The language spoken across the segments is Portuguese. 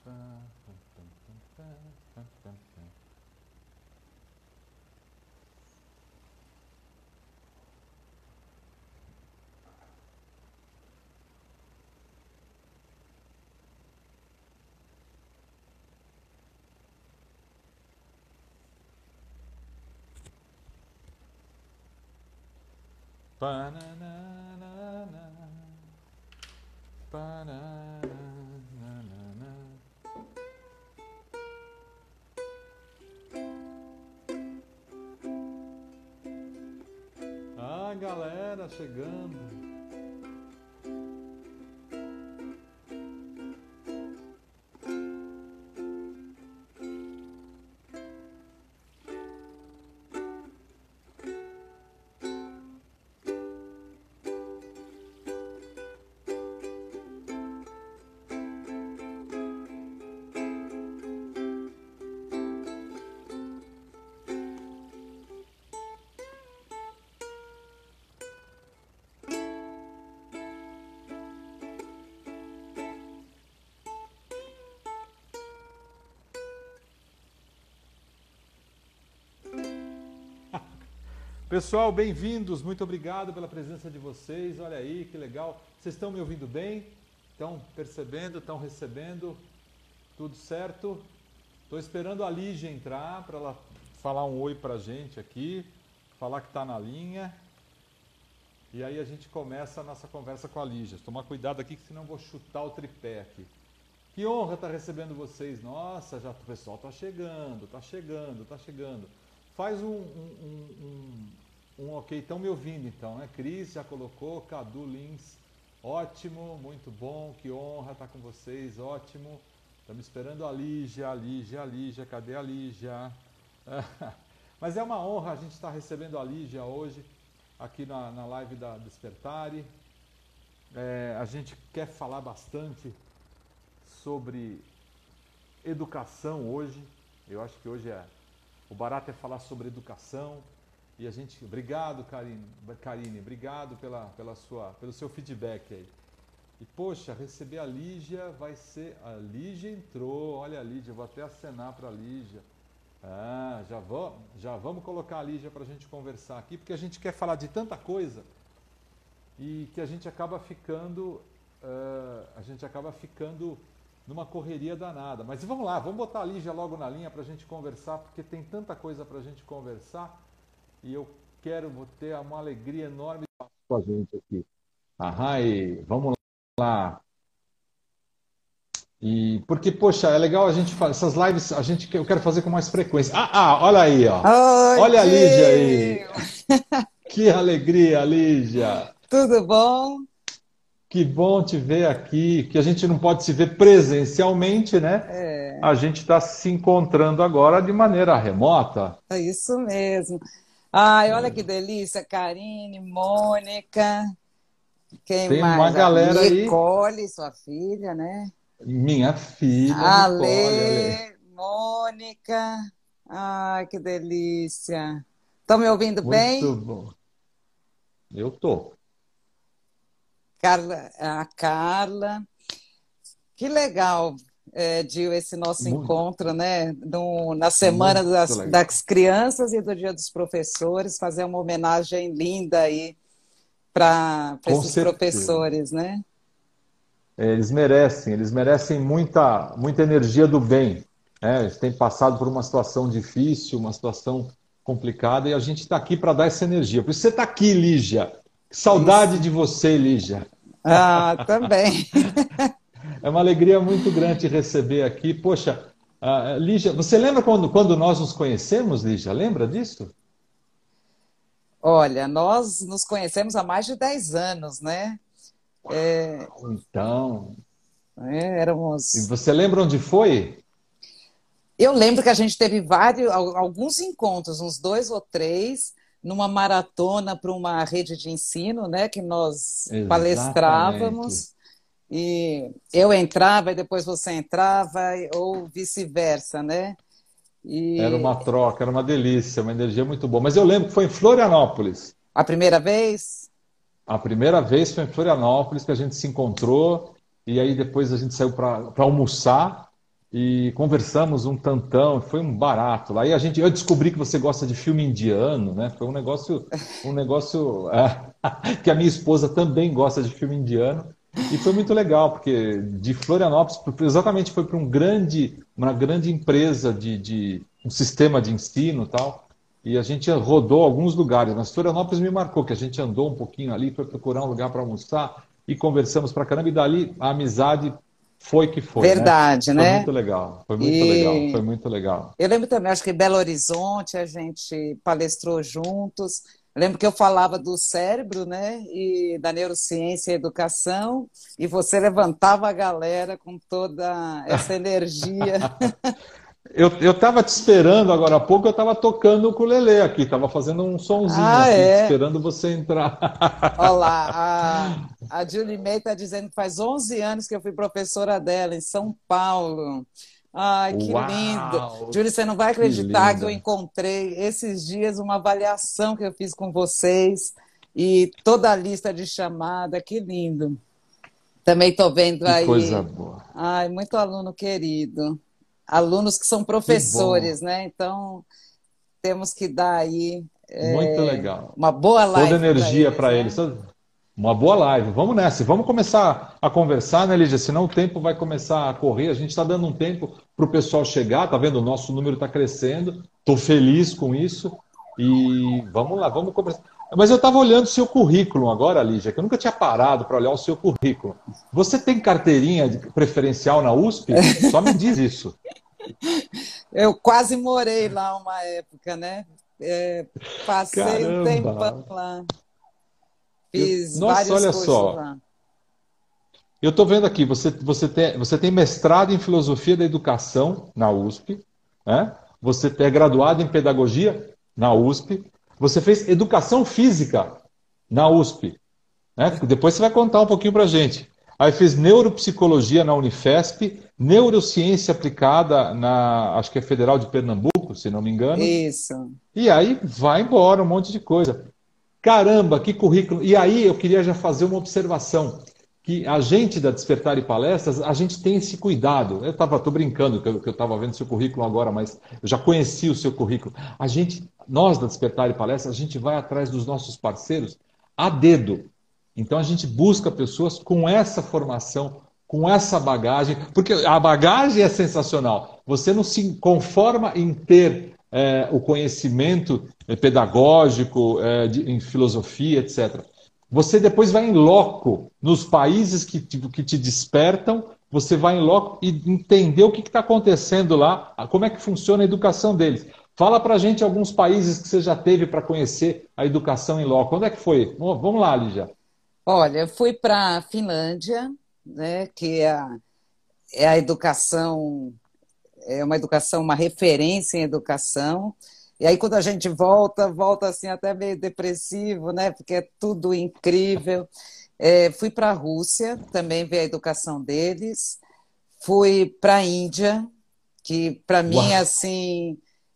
Ah, galera chegando. Pessoal, bem-vindos, muito obrigado pela presença de vocês, olha aí que legal, vocês estão me ouvindo bem? Estão percebendo, estão recebendo, tudo certo? Estou esperando a Lígia entrar para ela falar um oi para a gente aqui, falar que está na linha, e aí a gente começa a nossa conversa com a Lígia. Tomar cuidado aqui que senão eu vou chutar o tripé aqui. Que honra estar recebendo vocês, nossa, já o pessoal está chegando, está chegando, está chegando. Faz um ok, estão me ouvindo então, né? Cris já colocou, Cadu Lins, ótimo, muito bom, que honra estar com vocês, ótimo. Estamos esperando a Lígia, cadê a Lígia? Mas é uma honra a gente estar recebendo a Lígia hoje, aqui na live da Despertare. A gente quer falar bastante sobre educação hoje, eu acho que hoje o barato é falar sobre educação e a gente... Obrigado, Karine, obrigado pelo seu feedback aí. E, poxa, receber a Lígia vai ser... A Lígia entrou, olha a Lígia, vou até acenar para a Lígia. Ah, já vamos colocar a Lígia para a gente conversar aqui, porque a gente quer falar de tanta coisa e que a gente acaba ficando numa correria danada. Mas vamos lá, vamos botar a Lígia logo na linha para a gente conversar, porque tem tanta coisa para a gente conversar e eu vou ter uma alegria enorme com a gente aqui. Vamos lá. E porque, poxa, é legal a gente fazer essas lives, eu quero fazer com mais frequência. Olha aí, ó. Oi, Olha a Lígia aí. Gil! Que alegria, Lígia. Tudo bom? Que bom te ver aqui, que a gente não pode se ver presencialmente, né? A gente está se encontrando agora de maneira remota. É isso mesmo. Ai, olha que delícia, Karine, Mônica, quem Tem uma mais? A galera aí, Nicole, sua filha, né? minha filha, Nicole, olha aí. Ale, Mônica. Ai, que delícia. Estão me ouvindo Muito bem? bom. Eu tô. A Carla. Que legal, Gil, esse nosso Muito, encontro, né? Na Semana muito legal. das Crianças e do Dia dos Professores, fazer uma homenagem linda aí para Com esses certeza. professores, né? Eles merecem muita, muita energia do bem. Eles têm passado por uma situação difícil, uma situação complicada, e a gente está aqui para dar essa energia. Por isso você está aqui, Lígia. Que É saudade isso. de você, Lígia. Ah, também. É uma alegria muito grande te receber aqui. Poxa, Lígia, você lembra quando nós nos conhecemos, Lígia? Lembra disso? Olha, nós nos conhecemos há mais de 10 anos, né? Então, e Éramos. você lembra onde foi? Eu lembro que a gente teve alguns encontros, uns 2 ou 3, numa maratona para uma rede de ensino, né? Que nós Exatamente. palestrávamos. E eu entrava e depois você entrava, ou vice-versa, né? Era E uma troca, era uma delícia, uma energia muito boa. Mas eu lembro que foi em Florianópolis. a primeira vez, A primeira vez foi em Florianópolis que a gente se encontrou e aí depois a gente saiu para almoçar e conversamos um tantão, foi um barato lá. E eu descobri que você gosta de filme indiano, né? Foi um negócio que a minha esposa também gosta de filme indiano. E foi muito legal, porque de Florianópolis, exatamente foi para uma grande empresa de um sistema de ensino e tal. E a gente rodou alguns lugares, mas Florianópolis me marcou, que a gente andou um pouquinho ali, foi procurar um lugar para almoçar e conversamos pra caramba. E dali a amizade foi que foi, né? Verdade, Foi né? muito legal, foi muito legal, foi E muito legal. eu lembro também, acho que em Belo Horizonte a gente palestrou juntos. Eu lembro que eu falava do cérebro, né, e da neurociência e educação, e você levantava a galera com toda essa energia. Eu estava te esperando agora há pouco, eu estava tocando o ukulele aqui, estava fazendo um sonzinho Ah, aqui, é. esperando você entrar. Olha lá, a Julie May está dizendo que faz 11 anos que eu fui professora dela em São Paulo. Ai, que lindo. Uau, Julie, você não vai que acreditar que eu linda. encontrei esses dias uma avaliação que eu fiz com vocês e toda a lista de chamada, que lindo. Também estou vendo Que coisa aí, boa. ai, muito aluno querido. Alunos que são Que bom. professores, né? Então, temos que dar aí Muito legal. uma boa Toda live para energia eles, para né? eles. Uma boa live. Vamos nessa. Vamos começar a conversar, né, Lígia? Senão o tempo vai começar a correr. A gente está dando um tempo para o pessoal chegar. Tá vendo? O nosso número está crescendo. Estou feliz com isso. E vamos lá, vamos conversar. Mas eu estava olhando o seu currículo agora, Lígia, que eu nunca tinha parado para olhar o seu currículo. Você tem carteirinha preferencial na USP? Só me diz isso. Eu quase morei lá uma época, né? É, passei um tempão Caramba! lá, fiz Nossa, vários olha cursos só. lá. Eu estou vendo aqui, você tem mestrado em filosofia da educação na USP, né? Você é graduado em pedagogia na USP, você fez educação física na USP, né? Depois você vai contar um pouquinho para a gente. Aí fez neuropsicologia na Unifesp, neurociência aplicada na, acho que é Federal de Pernambuco, se não me engano, Isso. e aí vai embora um monte de coisa. Caramba, que currículo! E aí eu queria já fazer uma observação, que a gente da Despertar e Palestras, a gente tem esse cuidado. Tô brincando que eu estava vendo seu currículo agora, mas eu já conheci o seu currículo. Nós da Despertar e Palestras, a gente vai atrás dos nossos parceiros a dedo. Então a gente busca pessoas com essa formação, com essa bagagem, porque a bagagem é sensacional. Você não se conforma em ter o conhecimento pedagógico, em filosofia, etc. Você depois vai em loco, nos países que te despertam, você vai em loco e entender o que está acontecendo lá, como é que funciona a educação deles. Fala para a gente alguns países que você já teve para conhecer a educação em loco. Onde é que foi? Vamos lá, Lígia. Olha, eu fui para a Finlândia, né, que é a educação, é uma educação, uma referência em educação. E aí, quando a gente volta, volta assim até meio depressivo, né? Porque é tudo incrível. É, fui para a Rússia, também ver a educação deles. Fui para a Índia, que para mim, Uau! assim,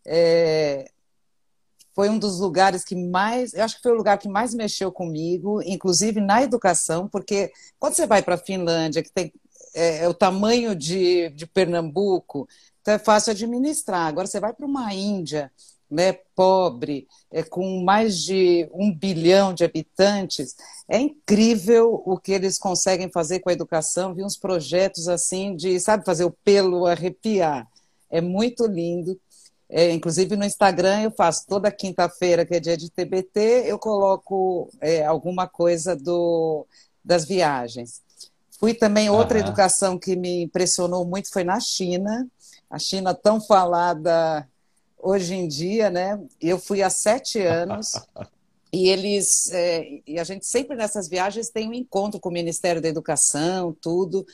é, foi um dos lugares que mais, eu acho que foi o lugar que mais mexeu comigo, inclusive na educação, porque quando você vai para a Finlândia, que tem o tamanho de Pernambuco, então é fácil administrar. Agora você vai para uma Índia, né, pobre, com mais de 1 bilhão de habitantes, é incrível o que eles conseguem fazer com a educação. Vi uns projetos assim de, sabe, fazer o pelo arrepiar. É muito lindo. Inclusive no Instagram eu faço toda quinta-feira, que é dia de TBT, eu coloco alguma coisa das viagens. Fui também, outra Aham. educação que me impressionou muito foi na China, a China tão falada hoje em dia, né? Eu fui há 7 anos e e a gente sempre nessas viagens tem um encontro com o Ministério da Educação, tudo,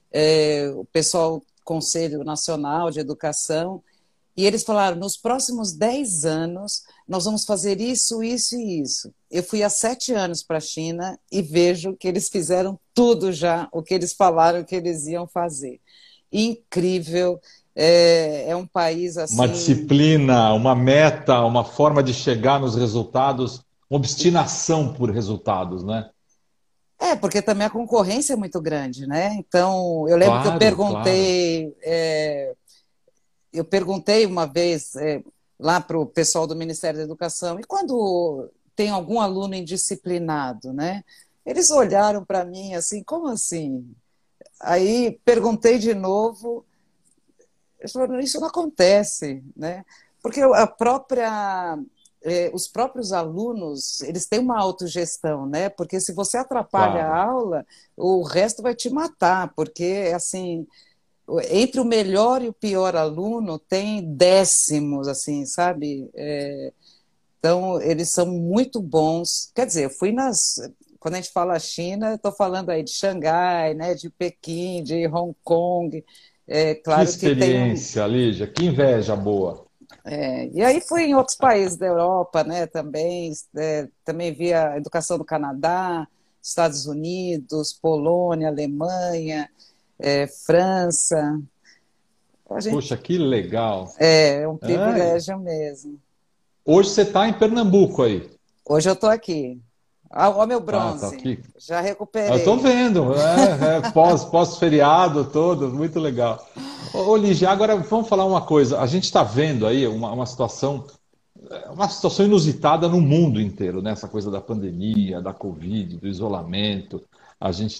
o pessoal, Conselho Nacional de Educação. E eles falaram, nos próximos 10 anos, nós vamos fazer isso, isso e isso. Eu fui há 7 anos para a China e vejo que eles fizeram tudo já, o que eles falaram que eles iam fazer. Incrível, é um país Uma assim. disciplina, uma meta, uma forma de chegar nos resultados, uma obstinação por resultados, né? Porque também a concorrência é muito grande, né? Então, eu lembro que Claro, claro. eu perguntei uma vez lá para o pessoal do Ministério da Educação, e quando tem algum aluno indisciplinado, né? Eles olharam para mim assim, como assim? Aí perguntei de novo, eles falaram, isso não acontece, né? Porque os próprios alunos, eles têm uma autogestão, né? Porque se você atrapalha a Claro. aula, o resto vai te matar, porque assim, entre o melhor e o pior aluno tem décimos, assim, sabe? Então, eles são muito bons. Quer dizer, eu fui quando a gente fala China, estou falando aí de Xangai, né, de Pequim, de Hong Kong. É Que claro que tem um. experiência, Lígia, que inveja boa. E aí fui em outros países da Europa, né, também. Também vi a educação do Canadá, Estados Unidos, Polônia, Alemanha, França. A gente, Poxa, que legal. é um É, privilégio mesmo. hoje você está em Pernambuco aí. Hoje eu estou aqui. Ó, meu Tá bronze, aqui. já Eu estou recuperei. vendo, pós-feriado todo, muito legal. Ô, Lígia, agora vamos falar uma coisa. A gente está vendo aí uma situação inusitada no mundo inteiro, né? Essa coisa da pandemia, da Covid, do isolamento. A gente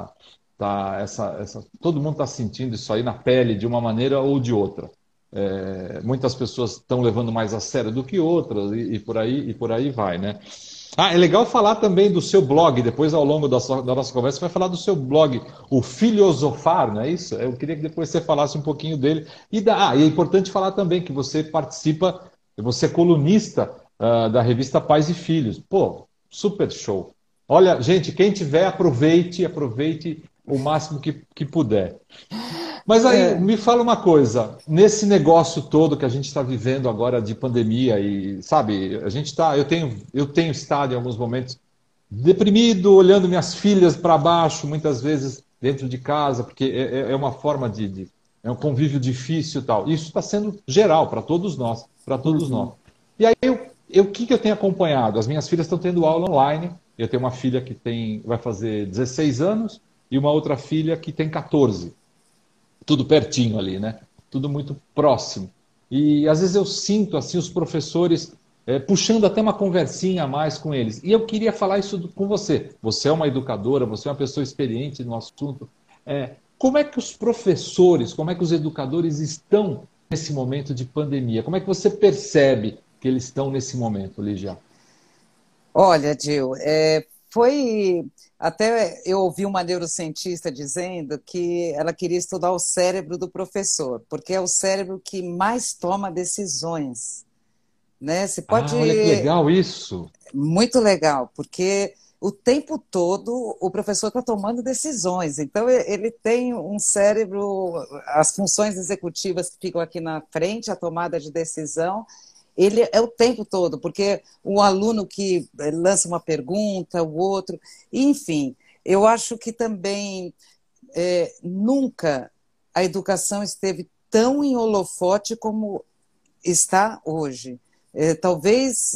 todo mundo está sentindo isso aí na pele de uma maneira ou de outra. Muitas pessoas estão levando mais a sério do que outras e por aí vai, né? Ah, é legal falar também do seu blog. Depois, ao longo da nossa conversa, você vai falar do seu blog, o Filosofar, não é isso? Eu queria que depois você falasse um pouquinho dele. E é importante falar também que você participa, você é colunista, da revista Pais e Filhos. Pô, super show. Olha, gente, quem tiver, aproveite o máximo que puder. Mas aí É, me fala uma coisa, nesse negócio todo que a gente está vivendo agora de pandemia e sabe, a gente tá, eu tenho estado em alguns momentos deprimido, olhando minhas filhas para baixo, muitas vezes dentro de casa, porque é uma forma é um convívio difícil e tal. Isso está sendo geral para todos nós, para todos nós. uhum. E aí o que eu tenho acompanhado? As minhas filhas estão tendo aula online. Eu tenho uma filha que vai fazer 16 anos e uma outra filha que tem 14, tudo pertinho ali, né? Tudo muito próximo. E às vezes eu sinto assim os professores puxando até uma conversinha a mais com eles. E eu queria falar isso com você. Você é uma educadora, você é uma pessoa experiente no assunto. Como é que os professores, como é que os educadores estão nesse momento de pandemia? Como é que você percebe que eles estão nesse momento, Lígia? Olha, Gil, foi. Até eu ouvi uma neurocientista dizendo que ela queria estudar o cérebro do professor, porque é o cérebro que mais toma decisões, né? Você Ah, pode. olha que legal isso. Muito legal, porque o tempo todo o professor está tomando decisões. Então, ele tem um cérebro, as funções executivas que ficam aqui na frente, a tomada de decisão, ele é o tempo todo, porque o aluno que lança uma pergunta, o outro, enfim, eu acho que também nunca a educação esteve tão em holofote como está hoje. Talvez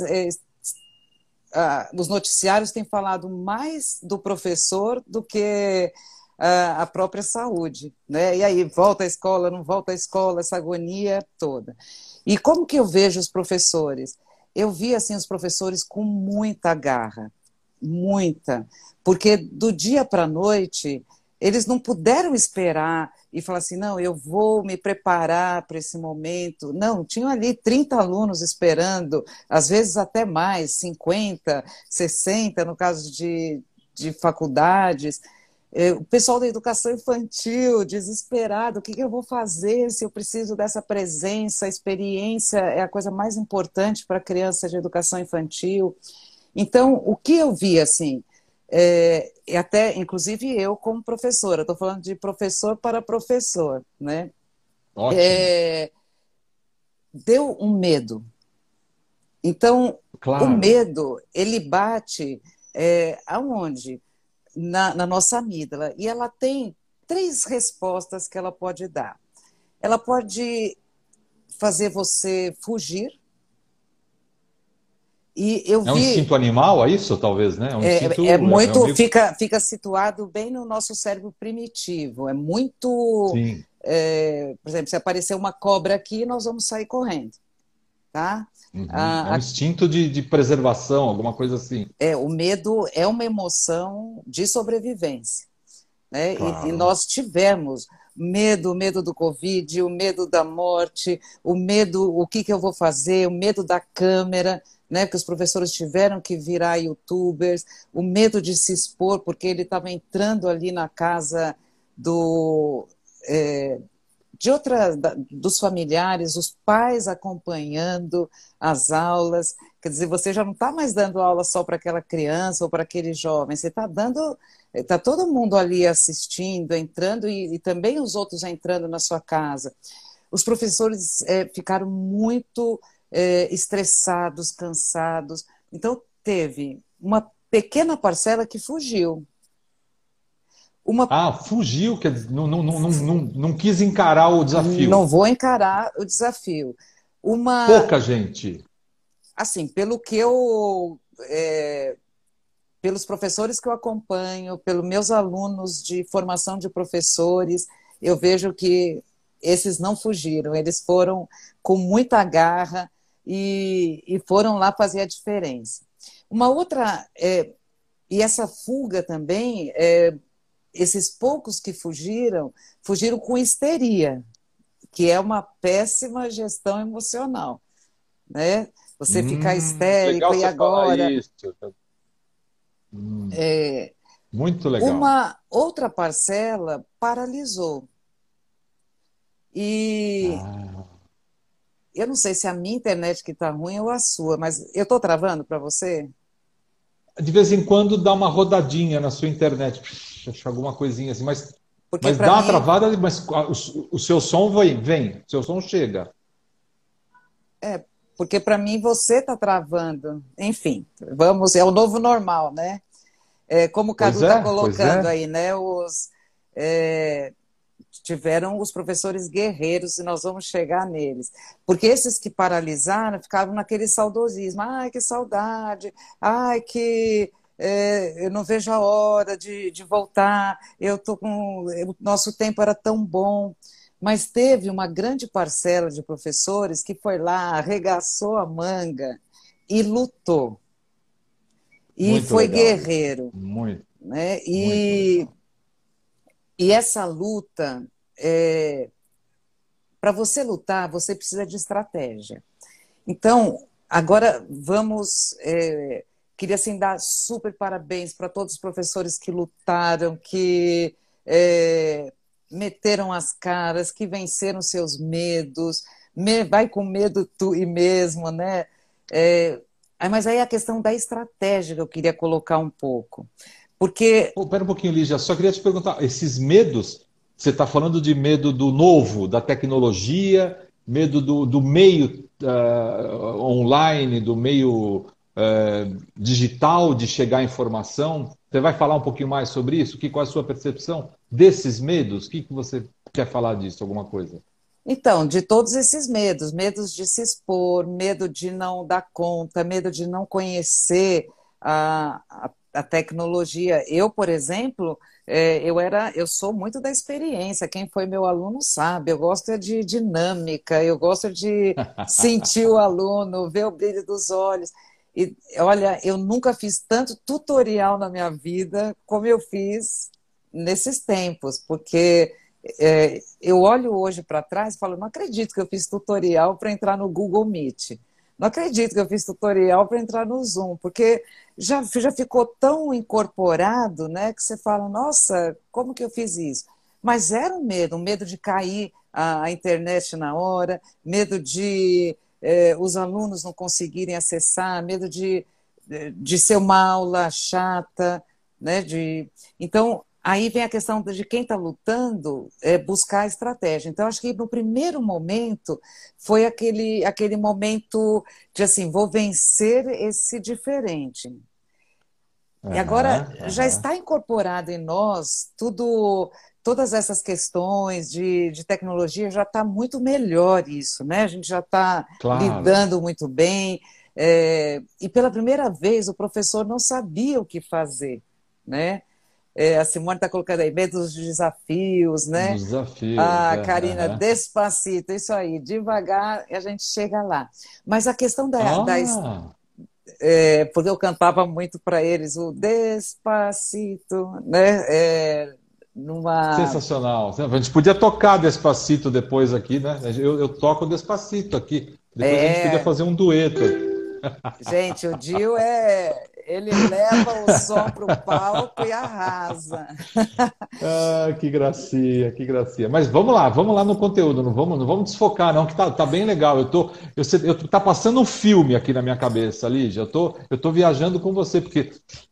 os noticiários têm falado mais do professor do que a própria saúde, né? E aí volta à escola, não volta à escola, essa agonia toda. E como que eu vejo os professores? Eu vi assim os professores com muita garra, muita, porque do dia para a noite eles não puderam esperar e falar assim, não, eu vou me preparar para esse momento. Não, tinham ali 30 alunos esperando, às vezes até mais, 50, 60, no caso de faculdades. O pessoal da educação infantil, desesperado, o que eu vou fazer se eu preciso dessa presença? A experiência é a coisa mais importante para a criança de educação infantil. Então, o que eu vi, assim, e até, inclusive eu como professora, estou falando de professor para professor, né? Ótimo. É, deu um medo. Então, o Claro. medo, ele bate aonde? Na nossa amígdala. E ela tem três respostas que ela pode dar. Ela pode fazer você fugir, E eu É um vi, instinto animal, é isso, talvez, né? É um instinto, é muito, meio... fica situado bem no nosso cérebro primitivo. É muito, Sim. por exemplo, se aparecer uma cobra aqui, nós vamos sair correndo, tá? Uhum. É um Ah, instinto de preservação, alguma coisa assim. o medo é uma emoção de sobrevivência, né? E Claro. nós tivemos medo, o medo do Covid, o medo da morte, o medo, o que eu vou fazer, o medo da câmera, né? Porque os professores tiveram que virar YouTubers, o medo de se expor, porque ele estava entrando ali na casa do, é, de outra, dos familiares, os pais acompanhando as aulas. Quer dizer, você já não está mais dando aula só para aquela criança ou para aquele jovem, você está dando, está todo mundo ali assistindo, entrando e também os outros entrando na sua casa. Os professores ficaram muito estressados, cansados. Então, teve uma pequena parcela que fugiu. Uma Ah, fugiu, quer dizer, não quis encarar o não desafio. vou encarar o desafio. Uma, Pouca gente. assim, pelo que eu, pelos professores que eu acompanho, pelos meus alunos de formação de professores, eu vejo que esses não fugiram, eles foram com muita garra e foram lá fazer a diferença. Uma outra, e essa fuga também, esses poucos que fugiram, fugiram com histeria, que é uma péssima gestão emocional, né? Você ficar histérico Legal e você falar agora. isso. Hum, É, muito legal. uma outra parcela paralisou. E Ah. eu não sei se a minha internet que está ruim ou a sua, mas eu estou travando para você? De vez em quando dá uma rodadinha na sua internet, alguma coisinha assim, Porque mas para dá uma mim, travada, mas o seu som vem, o seu som chega. porque para mim você está travando. Enfim, vamos, é o novo normal, né? Como o Cadu está Pois colocando é. aí, né? É, tiveram os professores guerreiros e nós vamos chegar neles. Porque esses que paralisaram ficavam naquele saudosismo. Ai, que saudade. Ai, que eu não vejo a hora de voltar. Eu tô com o nosso tempo era tão bom. Mas teve uma grande parcela de professores que foi lá, arregaçou a manga e lutou. E Muito foi legal isso. guerreiro, Muito, né? muito legal. E essa luta, para você lutar, você precisa de estratégia. Então, agora vamos. Queria assim, dar super parabéns para todos os professores que lutaram, que meteram as caras, que venceram seus medos. Vai com medo tu e mesmo, né? É, mas aí a questão da estratégia que eu queria colocar um pouco. Porque, Pô, pera um pouquinho, Lígia, só queria te perguntar, esses medos, você está falando de medo do novo, da tecnologia, medo do meio online, do meio digital de chegar à informação? Você vai falar um pouquinho mais sobre isso? Qual é a sua percepção desses medos? Que você quer falar disso, alguma coisa? então, de todos esses medos, medos de se expor, medo de não dar conta, medo de não conhecer a tecnologia. Eu, por exemplo, eu sou muito da experiência. Quem foi meu aluno sabe. Eu gosto de dinâmica, eu gosto de sentir o aluno, ver o brilho dos olhos. E olha, eu nunca fiz tanto tutorial na minha vida como eu fiz nesses tempos, porque eu olho hoje para trás e falo, não acredito que eu fiz tutorial para entrar no Google Meet. Não acredito que eu fiz tutorial para entrar no Zoom, porque já ficou tão incorporado, né, que você fala, nossa, como que eu fiz isso? Mas era um medo de cair a internet na hora, medo de os alunos não conseguirem acessar, medo de ser uma aula chata, né? Então, aí vem a questão de quem está lutando buscar a estratégia. Então, acho que no primeiro momento foi aquele momento de assim, vou vencer esse diferente. E agora Aham, já aham. está incorporado em nós todas essas questões de tecnologia, já está muito melhor isso, né? A gente já está Claro. lidando muito bem. E pela primeira vez o professor não sabia o que fazer, né? A Simone está colocando aí, medo dos desafios, né? Dos desafios, Ah, é. Karina, Aham. despacito, isso aí, devagar e a gente chega lá. Mas a questão Ah, porque eu cantava muito para eles o Despacito, né? Numa, sensacional. A gente podia tocar Despacito depois aqui, né? Eu toco Despacito aqui. Depois a gente podia é, fazer um dueto. gente, o Dio ele leva o som para o palco e arrasa. Ah, que gracinha, que gracinha. Mas vamos lá no conteúdo, não vamos desfocar, não, que tá bem legal. Tá passando um filme aqui na minha cabeça, Lígia. Eu tô viajando com você, porque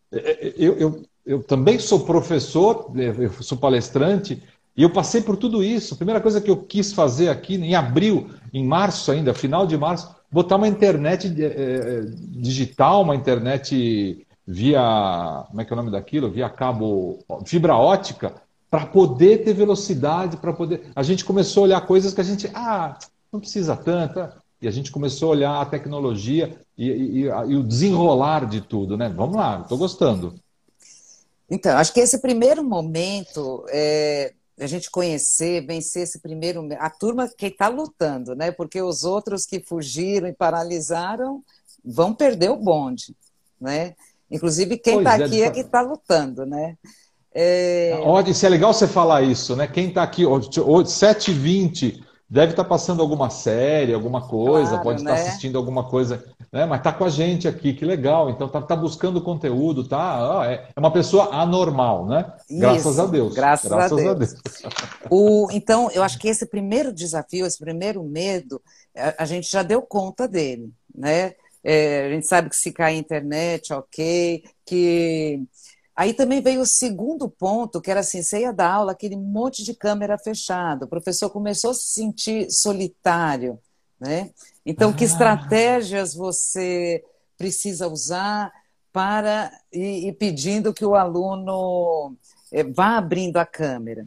eu também sou professor, eu sou palestrante, e eu passei por tudo isso. A primeira coisa que eu quis fazer aqui, em abril, em março ainda, final de março, botar uma internet digital, uma internet via, como é que é o nome daquilo? Via cabo, fibra ótica, para poder ter velocidade, para poder. A gente começou a olhar coisas que a gente, não precisa tanta. E a gente começou a olhar a tecnologia e o desenrolar de tudo, né? Vamos lá, estou gostando. Então, acho que esse primeiro momento, a gente conhecer, vencer esse primeiro, a turma que está lutando, né? Porque os outros que fugiram e paralisaram vão perder o bonde, né? Inclusive quem está Pois é, aqui é que está lutando, né? É, Ótimo, isso é legal você falar isso, né? Quem está aqui, hoje, 7h20, deve estar passando alguma série, alguma coisa, claro, pode estar né? assistindo alguma coisa, né? Mas está com a gente aqui, que legal. Então tá buscando conteúdo, tá? É uma pessoa anormal, né? Graças a Isso, Deus. graças a Graças a Deus. Deus. Então, eu acho que esse primeiro desafio, esse primeiro medo, a gente já deu conta dele, né? A gente sabe que se cair a internet, ok, que... Aí também veio o segundo ponto, que era assim, você ia dar aula, aquele monte de câmera fechada, o professor começou a se sentir solitário, né? Então, que Ah, estratégias você precisa usar para ir pedindo que o aluno vá abrindo a câmera?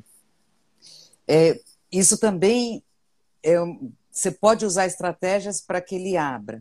Isso também você pode usar estratégias para que ele abra.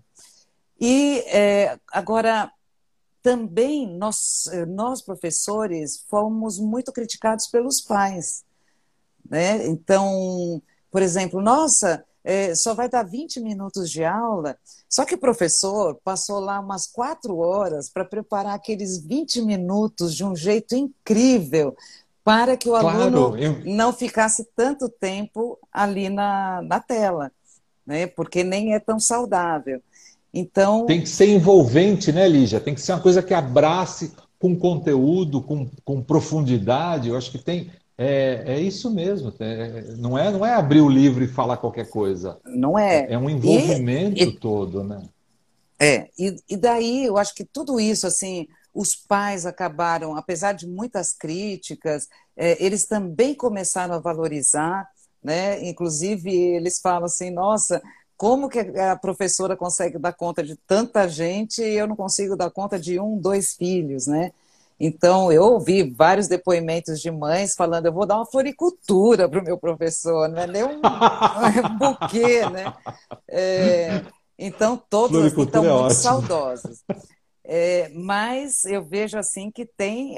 Agora, também nós professores fomos muito criticados pelos pais, né? Então, por exemplo, nossa, só vai dar 20 minutos de aula, só que o professor passou lá umas 4 horas para preparar aqueles 20 minutos de um jeito incrível para que o claro, aluno não ficasse tanto tempo ali na tela, né? Porque nem é tão saudável. Então, tem que ser envolvente, né, Lígia? Tem que ser uma coisa que abrace com conteúdo, com profundidade. Eu acho que tem. É isso mesmo. Não é abrir o livro e falar qualquer coisa. não é. É um E, envolvimento e todo, né? e daí eu acho que tudo isso, assim, os pais acabaram, apesar de muitas críticas, eles também começaram a valorizar, né? Inclusive, eles falam assim, nossa, como que a professora consegue dar conta de tanta gente e eu não consigo dar conta de um, dois filhos, né? Então, eu ouvi vários depoimentos de mães falando, eu vou dar uma floricultura para o meu professor, não é nem um buquê, né? É, então, todos assim estão Floricultura é muito ótimo. saudosos. Mas eu vejo assim que tem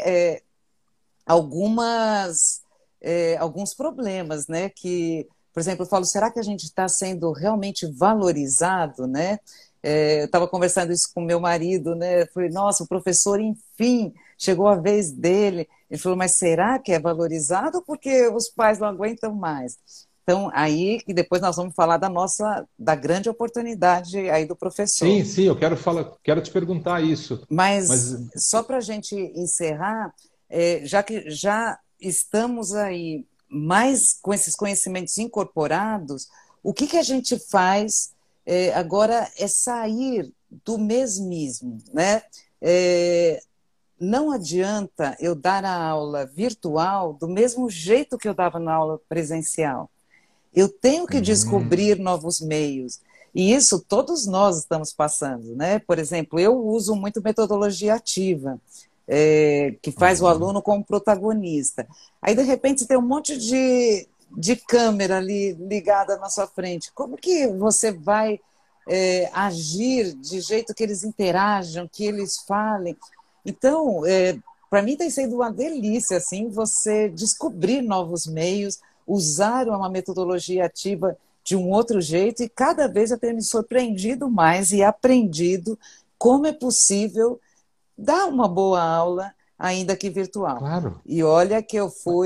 alguns problemas, né? Que, por exemplo, eu falo, será que a gente está sendo realmente valorizado, né? Eu estava conversando isso com meu marido, né? Eu falei, nossa, o professor, enfim, chegou a vez dele. Ele falou, mas será que é valorizado ou porque os pais não aguentam mais? Então, aí que depois nós vamos falar da grande oportunidade aí do professor. Sim, sim, eu quero te perguntar isso. Mas Mas só para a gente encerrar, já que já estamos aí mais com esses conhecimentos incorporados, o que a gente faz agora é sair do mesmismo, né? É, não adianta eu dar a aula virtual do mesmo jeito que eu dava na aula presencial. Eu tenho que hum, descobrir novos meios. E isso todos nós estamos passando, né? Por exemplo, eu uso muito metodologia ativa, que faz o uhum. aluno como protagonista. Aí, de repente, tem um monte de câmera ali ligada na sua frente. Como que você vai agir de jeito que eles interajam, que eles falem. Então, para mim tem sido uma delícia assim, você descobrir novos meios, usar uma metodologia ativa de um outro jeito, e cada vez eu tenho me surpreendido mais e aprendido como é possível dar uma boa aula, ainda que virtual. Claro. E olha que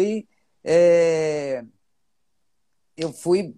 é, eu fui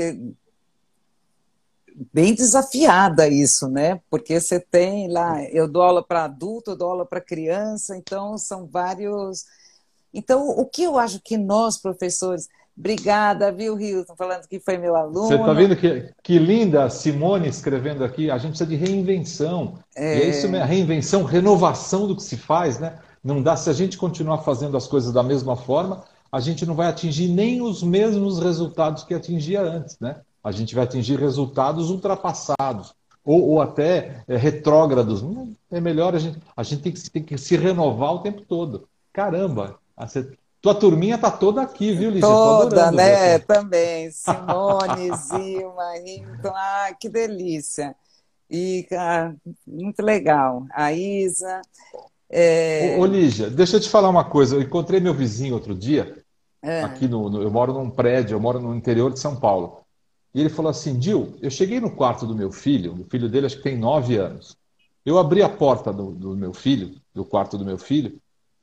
bem desafiada a isso, né? Porque você tem lá, eu dou aula para adulto, eu dou aula para criança, então são vários. Então, o que eu acho que nós, professores, obrigada, viu, Hilton, falando que foi meu Você está aluno. vendo que linda a Simone escrevendo aqui? A gente precisa de reinvenção. E é isso mesmo, reinvenção, renovação do que se faz, né? Não dá, se a gente continuar fazendo as coisas da mesma forma, a gente não vai atingir nem os mesmos resultados que atingia antes, né? A gente vai atingir resultados ultrapassados ou até retrógrados. É melhor a gente tem que se renovar o tempo todo. Caramba, tua turminha tá toda aqui, viu, Lígia? Tô Toda, adorando ver né? essa. Também. Simone, Zilma, Hilton, que delícia. E muito legal. A Isa. Ô, É, Lígia, deixa eu te falar uma coisa. Eu encontrei meu vizinho outro dia, é, aqui eu moro num prédio, eu moro no interior de São Paulo. E ele falou assim, Dil, eu cheguei no quarto do meu filho, o filho dele acho que tem 9 anos. Eu abri a porta do meu filho, do quarto do meu filho,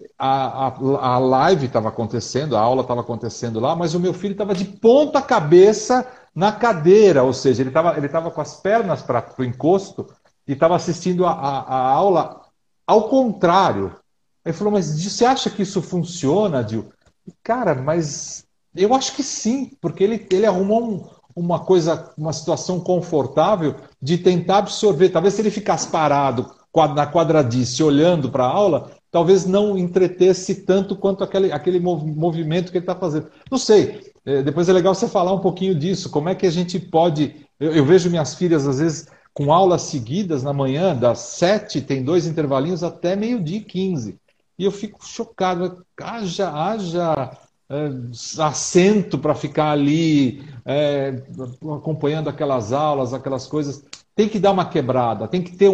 a live estava acontecendo, a aula estava acontecendo lá, mas o meu filho estava de ponta cabeça na cadeira, ou seja, ele tava com as pernas para o encosto e estava assistindo a aula ao contrário. Ele falou, mas você acha que isso funciona, Dil? Cara, mas eu acho que sim, porque ele arrumou uma coisa, uma situação confortável de tentar absorver. Talvez se ele ficasse parado na quadradice olhando para a aula, talvez não entretesse tanto quanto aquele movimento que ele está fazendo. Não sei. Depois é legal você falar um pouquinho disso. Como é que a gente pode. Eu vejo minhas filhas, às vezes, com aulas seguidas na manhã, das 7, tem 2 intervalinhos, até meio-dia e 15. E eu fico chocado. Haja é, assento para ficar ali acompanhando aquelas aulas, aquelas coisas. Tem que dar uma quebrada, tem que ter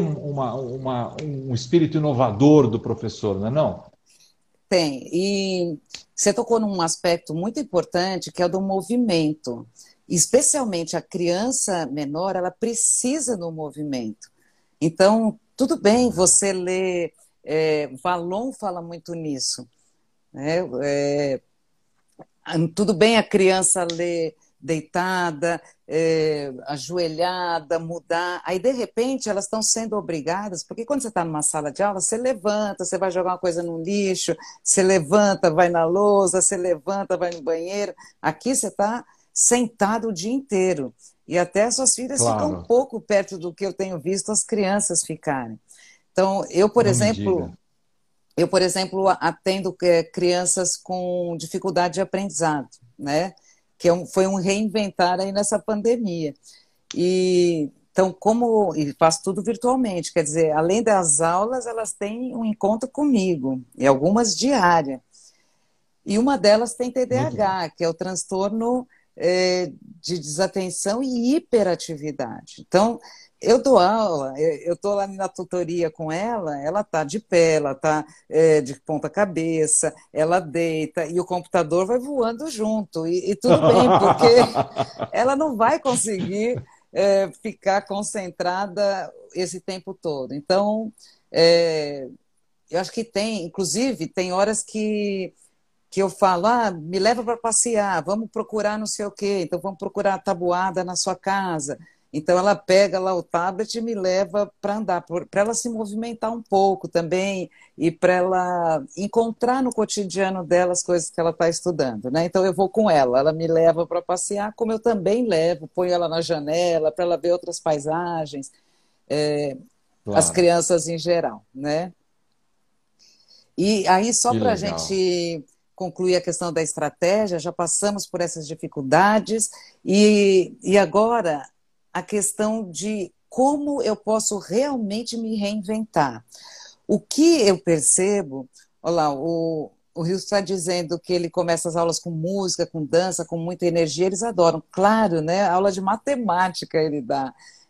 um espírito inovador do professor, não é não? tem. E você tocou num aspecto muito importante, que é o do movimento. Especialmente a criança menor, ela precisa do movimento. Então, tudo bem você ler. Valon fala muito nisso, né? Tudo bem a criança ler deitada, ajoelhada, mudar. Aí, de repente, elas estão sendo obrigadas, porque quando você está numa sala de aula, você levanta, você vai jogar uma coisa no lixo, você levanta, vai na lousa, você levanta, vai no banheiro. Aqui você está sentado o dia inteiro. E até as suas filhas ficam um Claro, pouco perto do que eu tenho visto as crianças ficarem. Então, não me diga. eu, por exemplo, atendo crianças com dificuldade de aprendizado, né? Que foi um reinventar aí nessa pandemia. E então, e faço tudo virtualmente, quer dizer, além das aulas, elas têm um encontro comigo, e algumas diárias. E uma delas tem Muito bom. TDAH, que é o transtorno de desatenção e hiperatividade. Então, eu dou aula, eu estou lá na tutoria com ela está de pé, ela está de ponta cabeça, ela deita, e o computador vai voando junto. E tudo bem, porque ela não vai conseguir ficar concentrada esse tempo todo. Então, eu acho que inclusive, tem horas que eu falo, me leva para passear, vamos procurar não sei o quê, então vamos procurar a tabuada na sua casa. Então ela pega lá o tablet e me leva para andar, para ela se movimentar um pouco também e para ela encontrar no cotidiano dela as coisas que ela está estudando, né? Então eu vou com ela me leva para passear, como eu também levo, ponho ela na janela para ela ver outras paisagens, as Claro, crianças em geral, né? E aí, só que para a legal. gente concluir a questão da estratégia, já passamos por essas dificuldades, e agora a questão de como eu posso realmente me reinventar. O que eu percebo, olha lá, o Rio está dizendo que ele começa as aulas com música, com dança, com muita energia, eles adoram. Claro, né? Aula de matemática ele dá.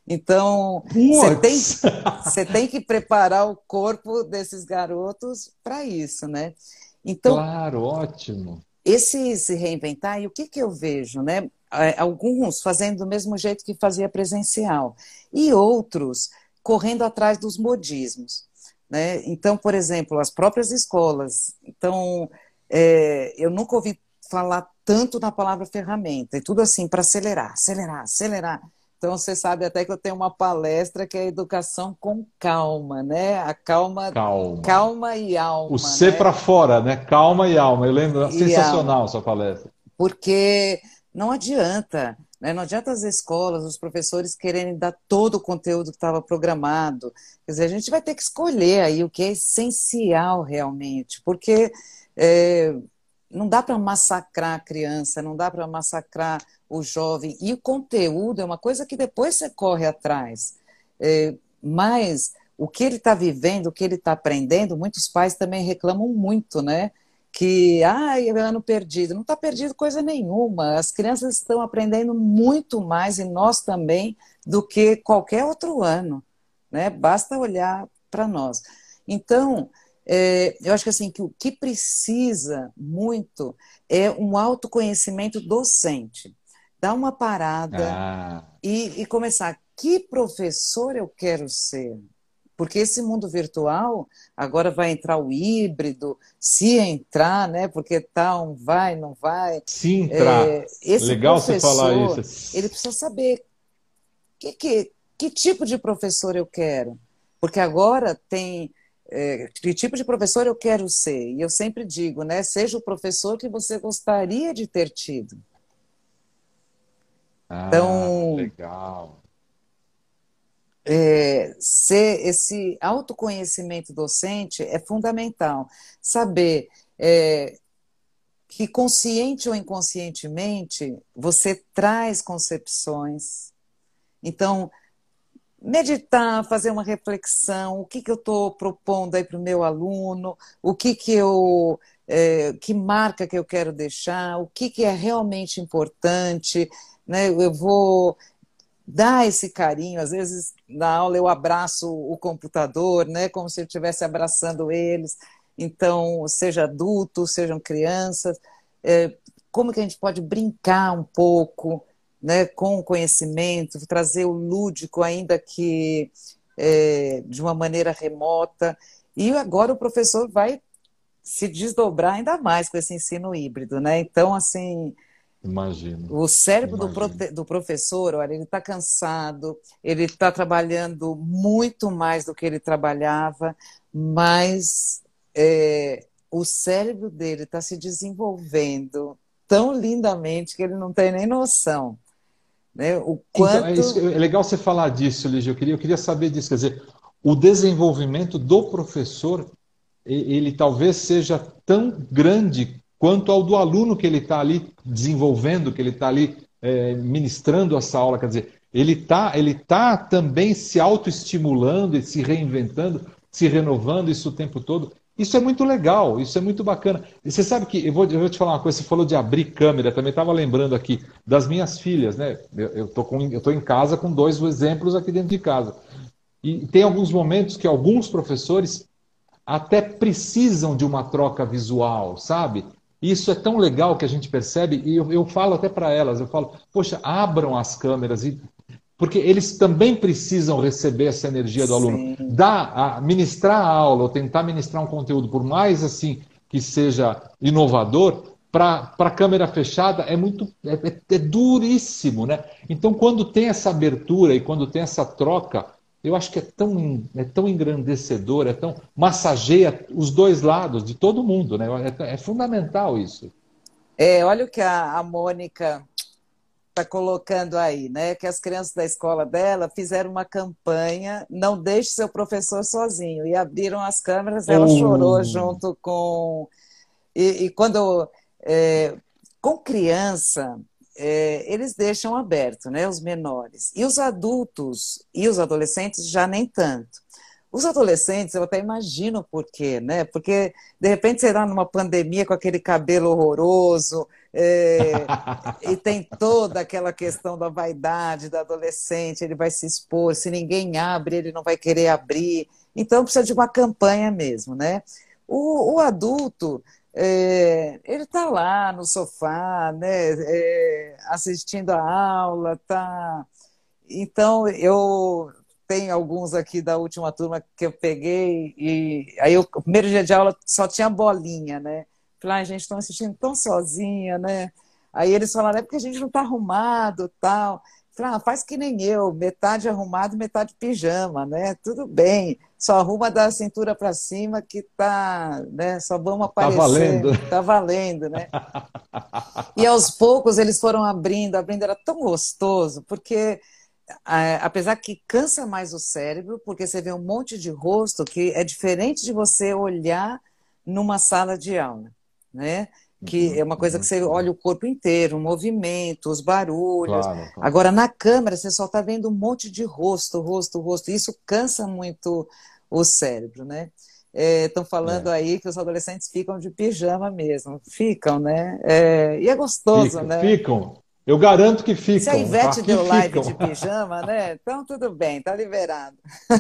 Então, Putz! você tem que preparar o corpo desses garotos para isso, né? Então, Claro, ótimo. esse se reinventar, e o que eu vejo, né? Alguns fazendo do mesmo jeito que fazia presencial, e outros correndo atrás dos modismos, né? Então, por exemplo, as próprias escolas. Então, eu nunca ouvi falar tanto na palavra ferramenta, e tudo assim, para acelerar, acelerar, acelerar. Então, você sabe até que eu tenho uma palestra que é educação com calma, né? A calma, Calma. calma e O alma, C né? para fora, né? Calma e alma. Eu lembro, E alma. sensacional a sua palestra. Porque não adianta, né? Não adianta as escolas, os professores quererem dar todo o conteúdo que estava programado. Quer dizer, a gente vai ter que escolher aí o que é essencial realmente, porque é, não dá para massacrar a criança, não dá para massacrar o jovem. E o conteúdo é uma coisa que depois você corre atrás. Mas o que ele está vivendo, o que ele está aprendendo, muitos pais também reclamam muito, né? Que, é ano perdido. Não está perdido coisa nenhuma. As crianças estão aprendendo muito mais, e nós também, do que qualquer outro ano, né? Basta olhar para nós. Então, eu acho que assim, que o que precisa muito é um autoconhecimento docente. Dar uma parada Ah, e começar. Que professor eu quero ser? Porque esse mundo virtual agora vai entrar o híbrido, se entrar, né? Porque tal, vai, não vai. se entrar. Esse Legal você falar isso. professor, ele precisa saber que tipo de professor eu quero. Porque agora tem que tipo de professor eu quero ser. E eu sempre digo, né? Seja o professor que você gostaria de ter tido. Ah, Então, legal. ser esse autoconhecimento docente é fundamental. Saber que consciente ou inconscientemente você traz concepções. Então, meditar, fazer uma reflexão, o que eu estou propondo aí para o meu aluno, o que marca que eu quero deixar, o que é realmente importante, né? Eu vou dar esse carinho. Às vezes, na aula, eu abraço o computador, né? Como se eu estivesse abraçando eles. Então, seja adultos, sejam crianças, como que a gente pode brincar um pouco, né, com o conhecimento, trazer o lúdico, ainda que de uma maneira remota. E agora o professor vai se desdobrar ainda mais com esse ensino híbrido, né? Então, assim, Imagino, o cérebro imagino. do professor, olha, ele está cansado, ele está trabalhando muito mais do que ele trabalhava, mas o cérebro dele está se desenvolvendo tão lindamente que ele não tem nem noção, né? O Então, é isso, quanto é legal você falar disso, Lígia. Eu queria saber disso. Quer dizer, o desenvolvimento do professor, ele talvez seja tão grande quanto ao do aluno que ele está ali desenvolvendo, que ele está ali ministrando essa aula. Quer dizer, ele tá também se autoestimulando e se reinventando, se renovando isso o tempo todo. Isso é muito legal, isso é muito bacana. E você sabe que eu vou te falar uma coisa, você falou de abrir câmera, também estava lembrando aqui das minhas filhas, né? Eu tô em casa com dois exemplos aqui dentro de casa. E tem alguns momentos que alguns professores até precisam de uma troca visual, sabe? Isso é tão legal que a gente percebe, e eu falo até para elas, eu falo, poxa, abram as câmeras, porque eles também precisam receber essa energia do aluno. sim. Ministrar a aula, ou tentar ministrar um conteúdo, por mais assim que seja inovador, para a câmera fechada é duríssimo, né? Então, quando tem essa abertura e quando tem essa troca, eu acho que é tão engrandecedor, é tão massageia os dois lados de todo mundo, né? É fundamental isso. Olha o que a Mônica está colocando aí, né? Que as crianças da escola dela fizeram uma campanha, não deixe seu professor sozinho, e abriram as câmeras, ela chorou Oh, junto com. E quando. é, com criança, eles deixam aberto, né? Os menores. E os adultos e os adolescentes já nem tanto. Os adolescentes, eu até imagino por quê, né? Porque, de repente, você está numa pandemia com aquele cabelo horroroso, é, e tem toda aquela questão da vaidade da adolescente, ele vai se expor, se ninguém abre, ele não vai querer abrir. Então, precisa de uma campanha mesmo, né? O adulto, ele está lá no sofá, né? Assistindo a aula, tá. Então, eu tenho alguns aqui da última turma que eu peguei, e aí o primeiro dia de aula só tinha bolinha, né? Falei, ai, gente, estão assistindo tão sozinha, né? Aí eles falaram, é porque a gente não está arrumado, tal. Falei, faz que nem eu, metade arrumado, metade pijama, né? Tudo bem, só arruma da cintura para cima que tá, né? Só vamos Tá aparecer, valendo. tá valendo, né? E aos poucos eles foram abrindo, abrindo, era tão gostoso, porque apesar que cansa mais o cérebro, porque você vê um monte de rosto que é diferente de você olhar numa sala de aula, né? Que é uma coisa que você olha o corpo inteiro, o movimento, os barulhos. Claro, claro. Agora, na câmera, você só está vendo um monte de rosto, rosto, rosto. Isso cansa muito o cérebro, né? Estão falando É. aí que os adolescentes ficam de pijama mesmo. Ficam, né? E é gostoso, Ficam, né? ficam. Eu garanto que Se a ficam. Ivete Aqui deu live ficam. de pijama, né? Então tudo bem, tá liberado.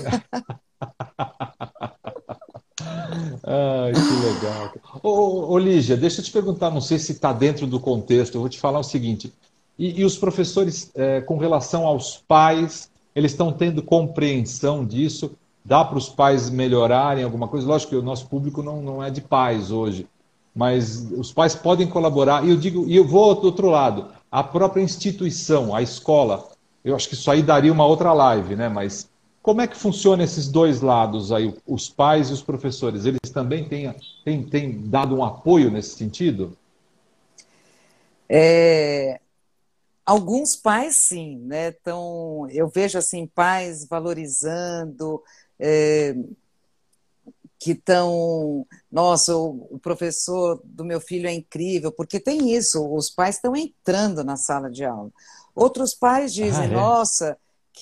Ai, que legal. Ô, Lígia, deixa eu te perguntar, não sei se está dentro do contexto, eu vou te falar o seguinte, e os professores, com relação aos pais, eles estão tendo compreensão disso? Dá para os pais melhorarem alguma coisa? Lógico que o nosso público não é de pais hoje, mas os pais podem colaborar. E eu digo, e eu vou do outro lado, a própria instituição, a escola, eu acho que isso aí daria uma outra live, né? Mas como é que funciona esses dois lados aí, os pais e os professores? Eles também têm dado um apoio nesse sentido? É, alguns pais, sim, né? Então, eu vejo assim pais valorizando, é, que estão, nossa, o professor do meu filho é incrível, porque tem isso, os pais estão entrando na sala de aula. Outros pais Ah, dizem, é? nossa,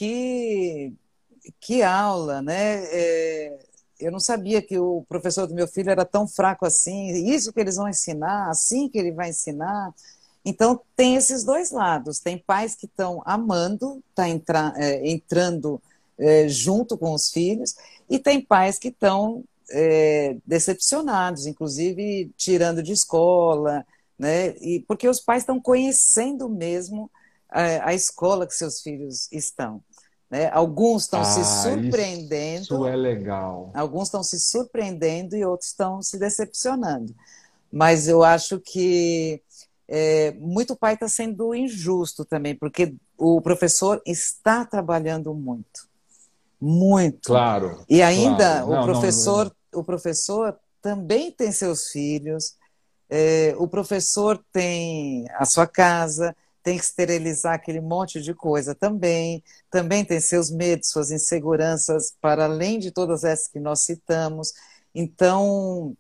que aula, né? Eu não sabia que o professor do meu filho era tão fraco assim. Isso que eles vão ensinar, assim que ele vai ensinar. Então, tem esses dois lados. Tem pais que estão amando, tá entrando junto com os filhos, e tem pais que estão decepcionados, inclusive tirando de escola, né? Porque os pais estão conhecendo mesmo a escola que seus filhos estão, né? Ah, isso é legal. Alguns estão se surpreendendo e outros estão se decepcionando. Mas eu acho que muito pai está sendo injusto também, porque o professor está trabalhando muito, muito. Claro, E claro. ainda Não, não. o professor também tem seus filhos, o professor tem a sua casa, tem que esterilizar aquele monte de coisa também, também tem seus medos, suas inseguranças, para além de todas essas que nós citamos. Então,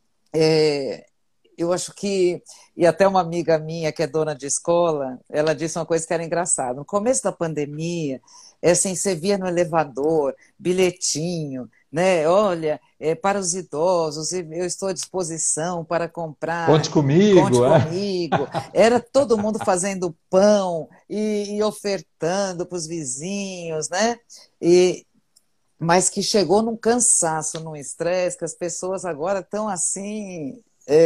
é, eu acho que, e até uma amiga minha que é dona de escola, ela disse uma coisa que era engraçada. No começo da pandemia, assim, você via no elevador, bilhetinho, né? Olha, para os idosos, eu estou à disposição para Conte comprar, conte comigo, é? comigo. Era todo mundo fazendo pão e ofertando para os vizinhos, né? E, mas que chegou num cansaço, num estresse, que as pessoas agora estão assim,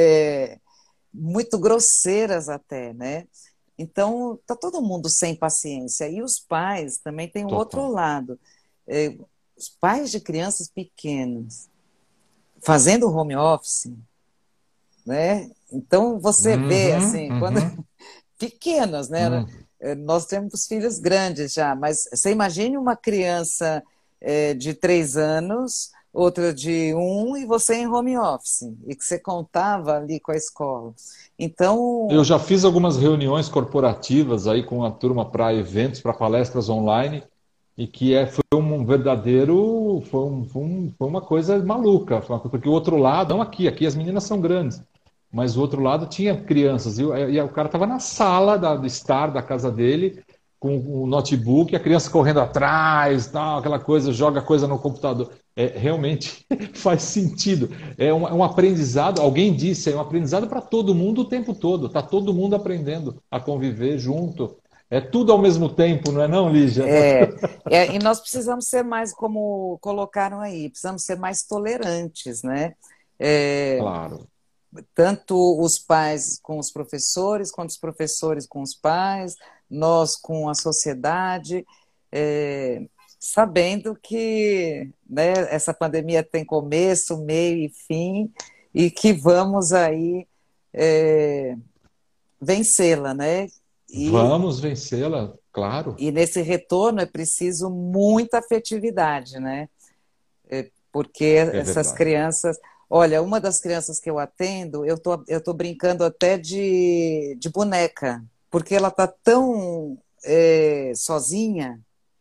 muito grosseiras até, né? Então, tá todo mundo sem paciência. E os pais também têm o outro Total. lado. É, os pais de crianças pequenas fazendo home office, né? Então, você vê, Uhum, assim, quando uhum, pequenos, né? Nós temos filhos grandes já, mas você imagine uma criança de 3 anos, outra de um, e você em home office, e que você contava ali com a escola. Eu Então, já fiz algumas reuniões corporativas aí com a turma para eventos, para palestras online, e que foi um verdadeiro, foi uma coisa maluca, porque o outro lado, não aqui as meninas são grandes, mas o outro lado tinha crianças, e o cara estava na sala de estar da casa dele, com o notebook, a criança correndo atrás, tal, aquela coisa, joga coisa no computador. Realmente faz sentido. É um aprendizado, alguém disse, é um aprendizado para todo mundo o tempo todo. Está todo mundo aprendendo a conviver junto. É tudo ao mesmo tempo, não é não, Lígia? E nós precisamos ser mais, como colocaram aí, precisamos ser mais tolerantes, né? É, Claro, tanto os pais com os professores, quanto os professores com os pais, nós com a sociedade, é, sabendo que, né, essa pandemia tem começo, meio e fim, e que vamos aí é, vencê-la, né? E, vamos vencê-la, claro, e nesse retorno é preciso muita afetividade, né? Porque é essas verdade. crianças. Olha, uma das crianças que eu atendo, eu tô brincando até de boneca, porque ela tá tão sozinha,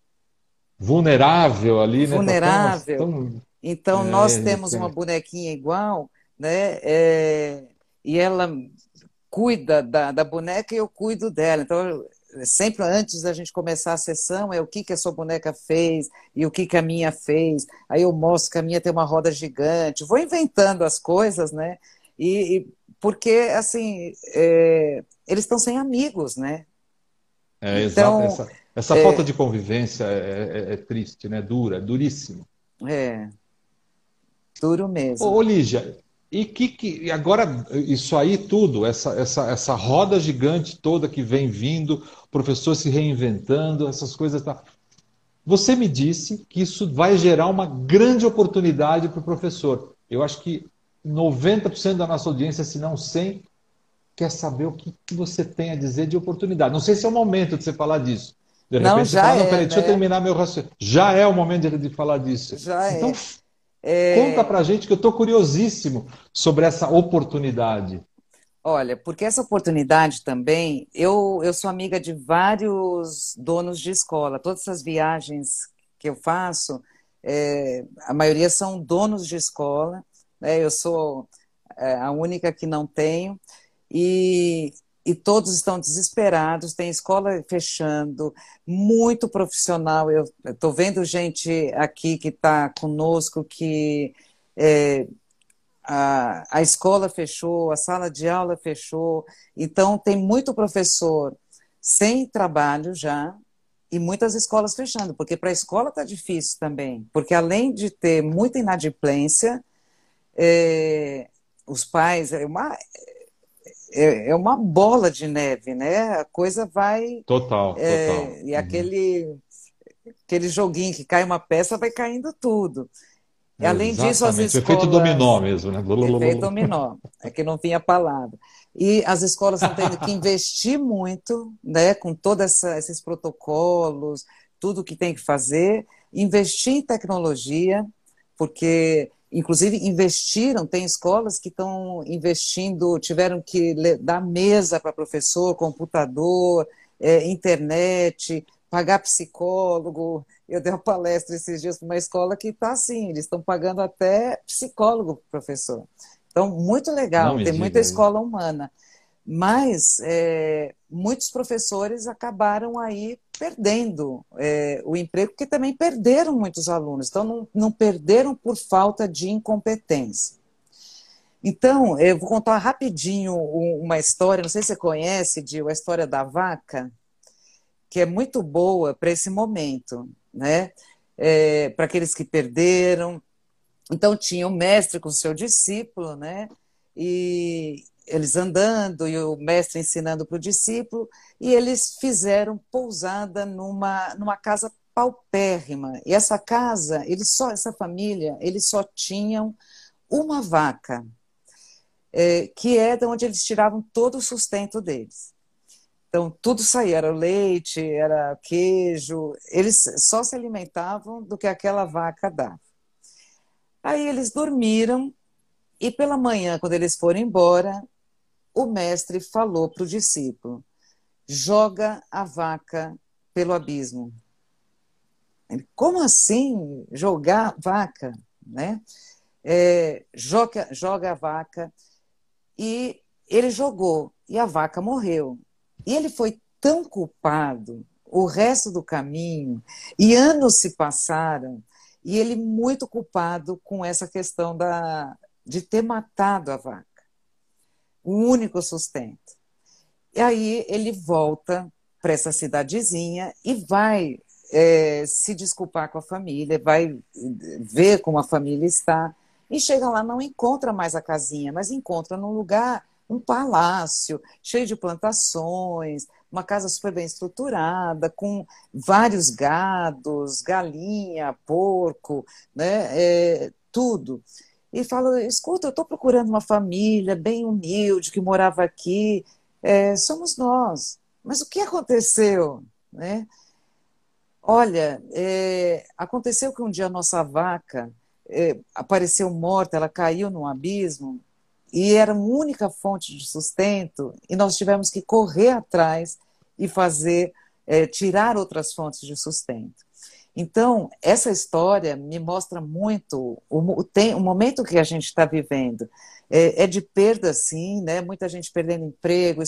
Vulnerável ali, né? Tá tão, mas vulnerável. tão. Então, nós temos uma bonequinha igual, né? E ela cuida da boneca e eu cuido dela. Então, sempre antes da gente começar a sessão, é o que a sua boneca fez e o que a minha fez. Aí eu mostro que a minha tem uma roda gigante. Vou inventando as coisas, né? Porque, assim, eles estão sem amigos, né? Exato. Então, Essa falta de convivência é triste, né? Dura, é duríssimo. é duro mesmo. Ô, Lígia, e agora isso aí tudo, essa roda gigante toda que vem vindo, o professor se reinventando, essas coisas, tá? Você me disse que isso vai gerar uma grande oportunidade para o professor. Eu acho que 90% da nossa audiência, se não 100, quer saber o que você tem a dizer de oportunidade. Não sei se é o momento de você falar disso. De Não, repente você já fala, não, é, peraí, deixa eu né? terminar meu raciocínio. Já é o momento de falar disso. Já Então, é. conta É, pra gente que eu estou curiosíssimo sobre essa oportunidade. Olha, porque essa oportunidade também, eu sou amiga de vários donos de escola. Todas essas viagens que eu faço, a maioria são donos de escola, né? Eu sou a única que não tenho, e, e todos estão desesperados, tem escola fechando, muito profissional. Eu estou vendo gente aqui que está conosco que é, a escola fechou, a sala de aula fechou, então tem muito professor sem trabalho já e muitas escolas fechando, porque para a escola está difícil também, porque além de ter muita inadimplência, é, os pais, é uma bola de neve, né? A coisa vai. Total, total. E Uhum. aquele joguinho que cai uma peça, vai caindo tudo. E, além disso, as Exatamente. O efeito dominó escolas. mesmo, né? Efeito dominó, é que não vinha a palavra. E as escolas estão tendo que investir muito, né, com todos esses protocolos, tudo que tem que fazer, investir em tecnologia, porque, inclusive, investiram, tem escolas que estão investindo, tiveram que dar mesa para professor, computador, internet, pagar psicólogo. Eu dei uma palestra esses dias para uma escola que está assim, eles estão pagando até psicólogo para o professor. Então, muito Não legal, me tem muita diga isso. escola humana. Mas muitos professores acabaram aí perdendo o emprego, porque também perderam muitos alunos. Então, não perderam por falta de incompetência. Então, eu vou contar rapidinho uma história, não sei se você conhece, Dil, a história da vaca, que é muito boa para esse momento, né? Para aqueles que perderam. Então, tinha o mestre com o seu discípulo, né? E eles andando, e o mestre ensinando para o discípulo, e eles fizeram pousada numa casa paupérrima. E essa casa, essa família, eles só tinham uma vaca, que é de onde eles tiravam todo o sustento deles. Então, tudo saía, era o leite, era queijo, eles só se alimentavam do que aquela vaca dava. Aí eles dormiram e pela manhã, quando eles foram embora, o mestre falou para o discípulo: joga a vaca pelo abismo. Ele, como assim jogar a vaca? Né? Joga a vaca. E ele jogou e a vaca morreu. E ele foi tão culpado, o resto do caminho, e anos se passaram, e ele muito culpado com essa questão de ter matado a vaca, o único sustento. E aí ele volta para essa cidadezinha e vai se desculpar com a família, vai ver como a família está, e chega lá, não encontra mais a casinha, mas encontra num lugar, um palácio, cheio de plantações, uma casa super bem estruturada, com vários gados, galinha, porco, né, tudo. E fala, escuta, eu estou procurando uma família bem humilde, que morava aqui, somos nós. Mas o que aconteceu? Né? Olha, aconteceu que um dia a nossa vaca apareceu morta, ela caiu num abismo e era a única fonte de sustento e nós tivemos que correr atrás e fazer, tirar outras fontes de sustento. Então, essa história me mostra muito o momento que a gente está vivendo. É de perda, sim, né? Muita gente perdendo emprego,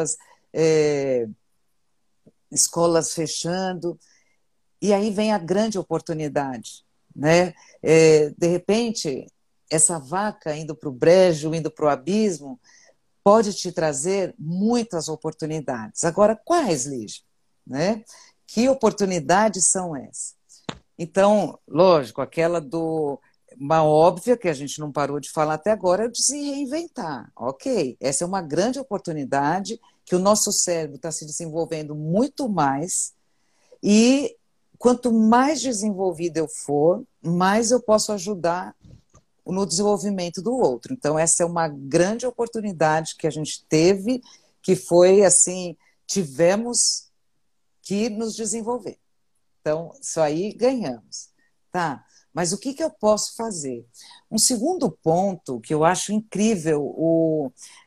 escolas fechando, e aí vem a grande oportunidade, né? De repente, essa vaca indo para o brejo, indo para o abismo, pode te trazer muitas oportunidades. Agora, quais, Lígia? Né? Que oportunidades são essas? Então, lógico, uma óbvia que a gente não parou de falar até agora é de se reinventar. Ok, essa é uma grande oportunidade que o nosso cérebro está se desenvolvendo muito mais e quanto mais desenvolvido eu for, mais eu posso ajudar no desenvolvimento do outro. Então, essa é uma grande oportunidade que a gente teve, que foi assim, tivemos que nos desenvolver. Então, isso aí ganhamos. Tá, mas o que eu posso fazer? Um segundo ponto que eu acho incrível,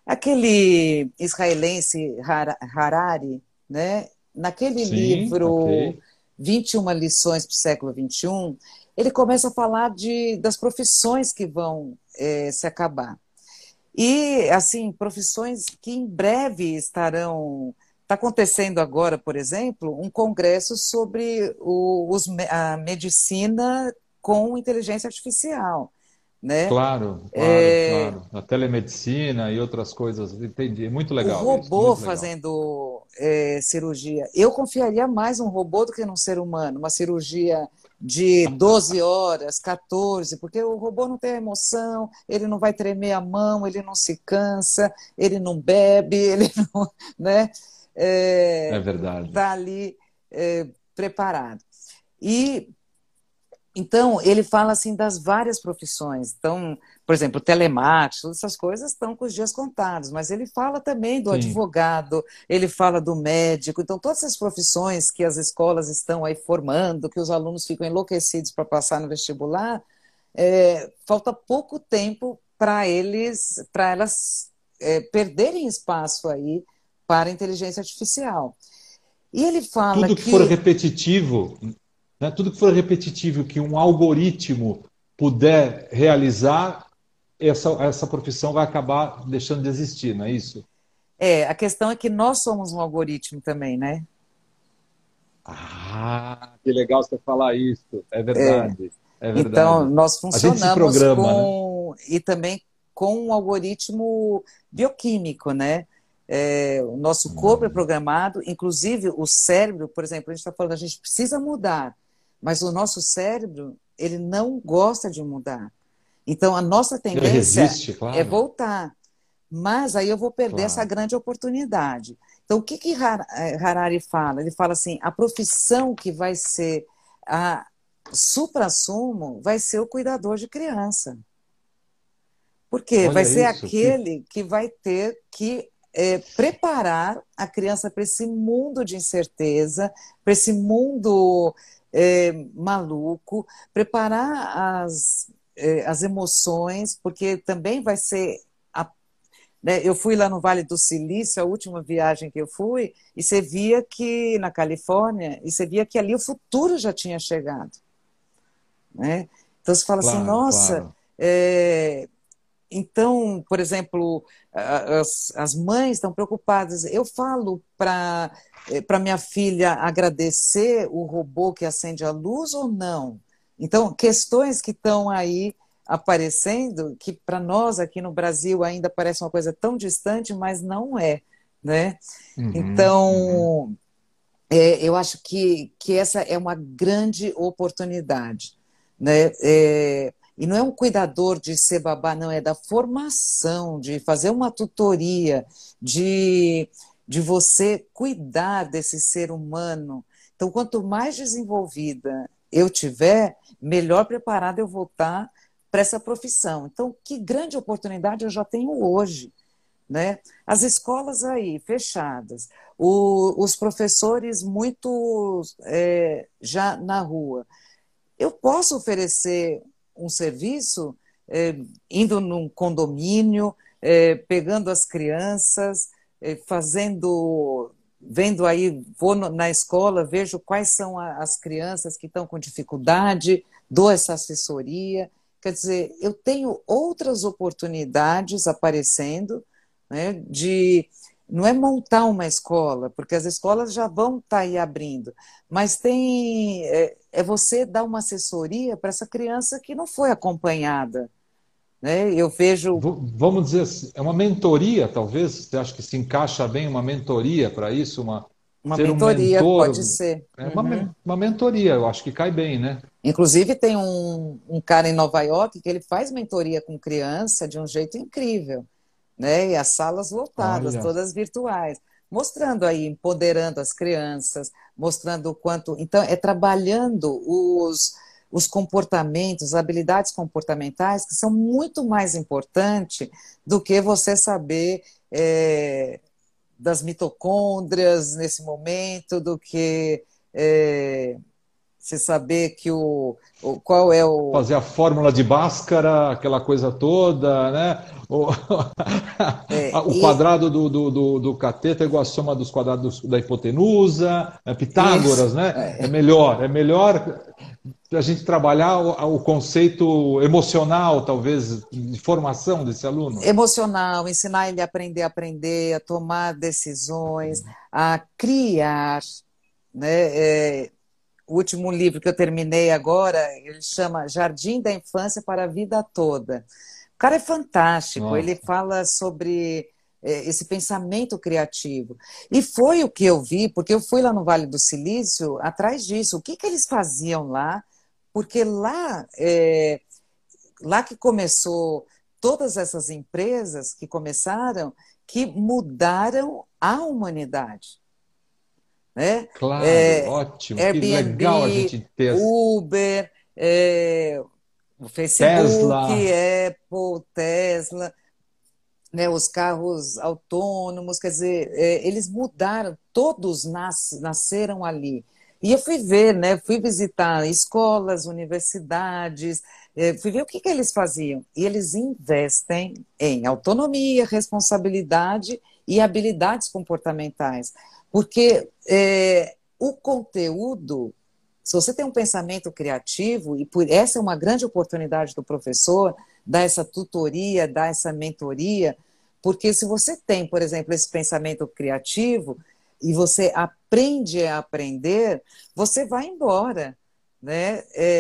aquele israelense Harari, né? Naquele Sim, livro ok. 21 lições para o século XXI, ele começa a falar das profissões que vão se acabar. E, assim, profissões que em breve estarão. Está acontecendo agora, por exemplo, um congresso sobre a medicina com inteligência artificial, né? Claro, claro, claro. A telemedicina e outras coisas, entendi. Muito O legal isso, robô muito legal. fazendo cirurgia. Eu confiaria mais um robô do que num ser humano, uma cirurgia de 12 horas, 14, porque o robô não tem emoção, ele não vai tremer a mão, ele não se cansa, ele não bebe, ele não, né? É verdade. Tá ali preparado. E então, ele fala assim das várias profissões. Então, por exemplo, telemarketing, todas essas coisas estão com os dias contados, mas ele fala também do Sim. advogado, ele fala do médico. Então, todas essas profissões que as escolas estão aí formando, que os alunos ficam enlouquecidos para passar no vestibular, falta pouco tempo para elas perderem espaço aí para a inteligência artificial. E ele fala Tudo que for que repetitivo, né, tudo que for repetitivo que um algoritmo puder realizar, essa profissão vai acabar deixando de existir, não é isso? a questão é que nós somos um algoritmo também, né? Ah, que legal você falar isso. É verdade, é Então, verdade. nós A gente se funcionamos programa, né? e também com um algoritmo bioquímico, né? O nosso corpo é programado, inclusive o cérebro, por exemplo, a gente está falando, a gente precisa mudar, mas o nosso cérebro, ele não gosta de mudar. Então, a nossa Ele tendência resiste, é claro, voltar, mas aí eu vou perder essa claro. grande oportunidade. Então, o que Harari fala? Ele fala assim, a profissão que vai ser a suprassumo vai ser o cuidador de criança. Por quê? Vai Olha ser isso, que aquele que vai ter que preparar a criança para esse mundo de incerteza, para esse mundo maluco, preparar as emoções, porque também vai ser. Né, eu fui lá no Vale do Silício, a última viagem que eu fui, e você via que, na Califórnia, e você via que ali o futuro já tinha chegado. Né? Então você fala assim, claro, nossa, claro. é, então, por exemplo, as mães estão preocupadas. Eu falo para minha filha agradecer o robô que acende a luz ou não? Então, questões que estão aí aparecendo, que para nós aqui no Brasil ainda parece uma coisa tão distante, mas não é, né? Uhum, uhum. Então, eu acho que essa é uma grande oportunidade, né? E não é um cuidador de ser babá, não, é da formação, de fazer uma tutoria, de, de você cuidar desse ser humano. Então, quanto mais desenvolvida eu tiver, melhor preparada eu vou estar para essa profissão. Então, que grande oportunidade eu já tenho hoje, né? As escolas aí fechadas, os professores muito já na rua. Eu posso oferecer um serviço indo num condomínio, pegando as crianças, vendo aí, vou na escola, vejo quais são as crianças que estão com dificuldade, dou essa assessoria. Quer dizer, eu tenho outras oportunidades aparecendo, né, de não é montar uma escola, porque as escolas já vão estar aí abrindo, mas é você dar uma assessoria para essa criança que não foi acompanhada, né? Eu vejo Vamos dizer assim, é uma mentoria, talvez? Você acha que se encaixa bem uma mentoria para isso? uma Ser um mentoria, pode mentor? ser. É Uhum. uma mentoria, eu acho que cai bem, né? Inclusive, tem um cara em Nova York que ele faz mentoria com criança de um jeito incrível, né? E as salas lotadas, Olha, todas virtuais, mostrando aí, empoderando as crianças, mostrando o quanto. Então, é trabalhando os comportamentos, as habilidades comportamentais, que são muito mais importantes do que você saber das mitocôndrias nesse momento, do que você saber que qual é o. fazer a fórmula de Bhaskara, aquela coisa toda, né? O E quadrado do cateto é igual a soma dos quadrados da hipotenusa, isso. Pitágoras, né? É melhor a gente trabalhar o conceito emocional, talvez, de formação desse aluno. Emocional, ensinar ele a aprender, a tomar decisões, a criar, né? O último livro que eu terminei agora, ele chama Jardim da Infância para a Vida Toda. O cara é fantástico, ele Nossa. fala sobre esse pensamento criativo. E foi o que eu vi, porque eu fui lá no Vale do Silício atrás disso. O que que eles faziam lá? Porque lá que começou todas essas empresas que começaram, que mudaram a humanidade, né? Claro, ótimo, que legal a Airbnb, gente ter Uber, o Facebook, Tesla. Apple, Tesla, né, os carros autônomos, quer dizer, eles mudaram, todos nasceram ali. E eu fui ver, né, fui visitar escolas, universidades, fui ver o que que eles faziam. E eles investem em autonomia, responsabilidade e habilidades comportamentais. Porque o conteúdo, se você tem um pensamento criativo, e por essa é uma grande oportunidade do professor, dar essa tutoria, dar essa mentoria, porque se você tem, por exemplo, esse pensamento criativo e você aprende a aprender, você vai embora, né?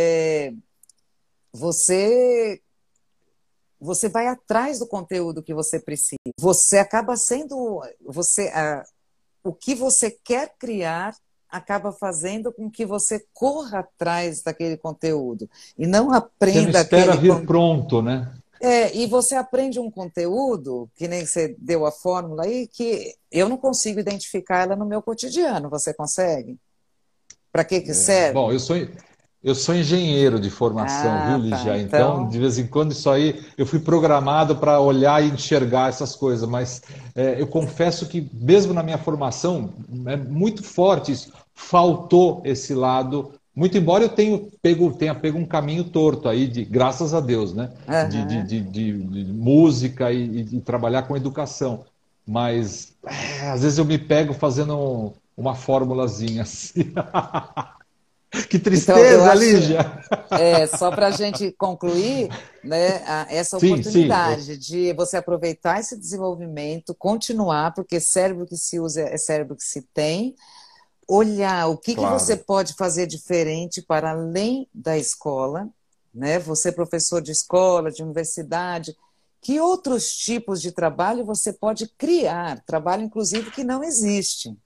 Você você vai atrás do conteúdo que você precisa. Você acaba sendo o que você quer criar acaba fazendo com que você corra atrás daquele conteúdo e não Você não aprenda espera aquele vir pronto, né? e você aprende um conteúdo, que nem você deu a fórmula aí, que eu não consigo identificar ela no meu cotidiano. Você consegue? Para que que Bom, serve? eu sou engenheiro de formação, viu, Ah, tá. Ligia? Então, de Então, vez em quando, isso aí, eu fui programado para olhar e enxergar essas coisas, mas eu confesso que, mesmo na minha formação, é muito forte isso. Faltou esse lado, muito embora eu tenha pego um caminho torto aí, graças a Deus, né? aham. De música e trabalhar com educação. Mas, às vezes eu me pego fazendo uma formulazinha assim. Que Então, eu tristeza, acho, Lígia! só para a gente concluir, né, essa Sim, sim, oportunidade de você aproveitar esse desenvolvimento, continuar, porque cérebro que se usa é cérebro que se tem, olhar o que você claro. pode fazer diferente para além da escola, né? Você, professor de escola, de universidade, que outros tipos de trabalho você pode criar, trabalho, inclusive, que não existe,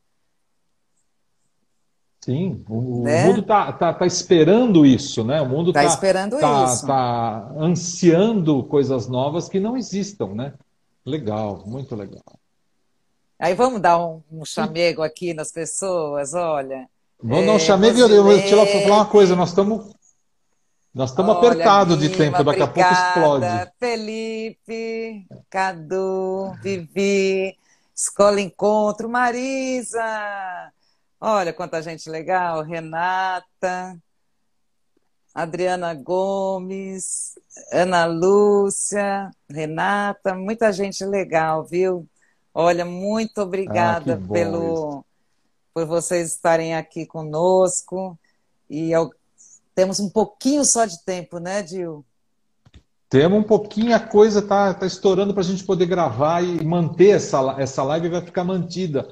Sim, o mundo né? tá esperando isso, né? O mundo Está esperando isso. tá ansiando coisas novas que não existam, né? Legal, muito legal. Aí vamos dar um E chamego aqui nas pessoas, olha. vou dar um chamego e eu vou te falar uma coisa, Rosilene, nós estamos olha, apertados de Guima, tempo, daqui a pouco explode. obrigada. Felipe, Cadu, Vivi, Escola Encontro, Marisa. Olha quanta gente legal, Renata, Adriana Gomes, Ana Lúcia, Renata, muita gente legal, viu? Olha, muito Ah, que obrigada bom isso. por vocês estarem aqui conosco. E temos um pouquinho só de tempo, né, Dil? Temos um pouquinho, a coisa tá estourando para a gente poder gravar e manter essa live vai ficar mantida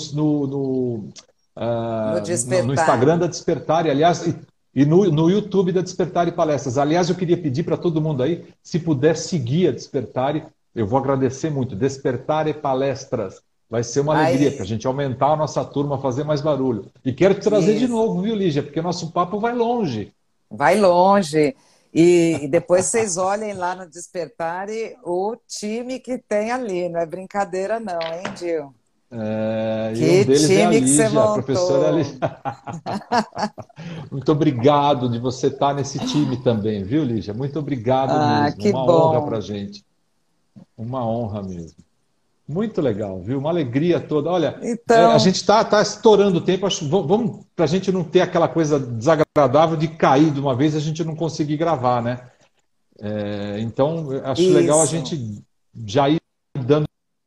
No no Instagram despertar. da Despertar, e, aliás, e no YouTube da Despertar e Palestras. Aliás, eu queria pedir para todo mundo aí, se puder seguir a Despertar, eu vou agradecer muito. Despertar e Palestras. Vai ser uma alegria para a Aí, gente aumentar a nossa turma, fazer mais barulho. E quero te trazer de isso. novo, viu, Lígia? Porque nosso papo vai longe. Vai longe. E depois vocês olhem lá no Despertar e o time que tem ali. Não é brincadeira, não, hein, Dil? E um Que deles é a time que você Lígia, a professora montou. Lígia. Muito obrigado de você estar nesse time também, viu, Lígia? Muito obrigado Ah, mesmo. que Uma honra para bom. a gente. Uma honra mesmo. Muito legal, viu? Uma alegria toda. Olha, a Então, gente tá estourando o tempo. Vamos, para a gente não ter aquela coisa desagradável de cair de uma vez e a gente não conseguir gravar, né? Então, eu acho legal a isso. gente já ir dando,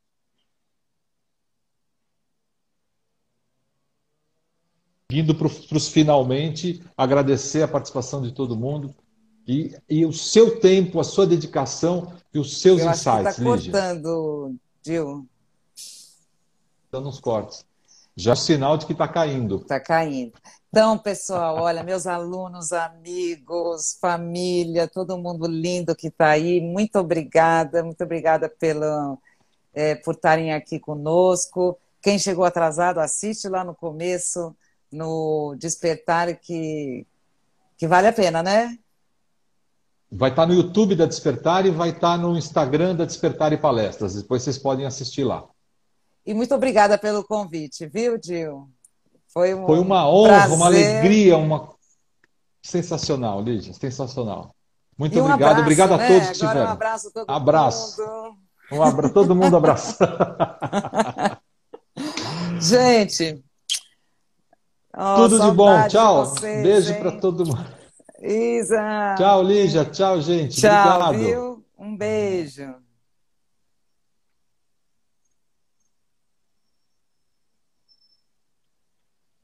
indo para os finalmente, agradecer a participação de todo mundo. E o seu tempo, a sua dedicação e os seus Eu acho que está insights, Lígia, cortando, Dil. dando uns cortes. Já é um sinal de que está caindo. Está caindo. Então, pessoal, olha, meus alunos, amigos, família, todo mundo lindo que está aí, muito obrigada por estarem aqui conosco. Quem chegou atrasado, assiste lá no começo, no Despertar, que vale a pena, né? Vai estar no YouTube da Despertar e vai estar no Instagram da Despertar e Palestras. Depois vocês podem assistir lá. E muito obrigada pelo convite, viu, Dil? Foi Foi um uma honra, uma prazer alegria, uma sensacional, Lígia, sensacional. Muito e um obrigado. abraço, Obrigado a né? todos que Agora um estiveram. abraço a todo Abraço. mundo. Todo mundo abraço. Gente, oh, Tudo de bom. saudade de Tchau. vocês, Beijo para hein? todo mundo. Isa, Tchau, Lígia. Tchau, gente. tchau, Obrigado. viu? Um beijo.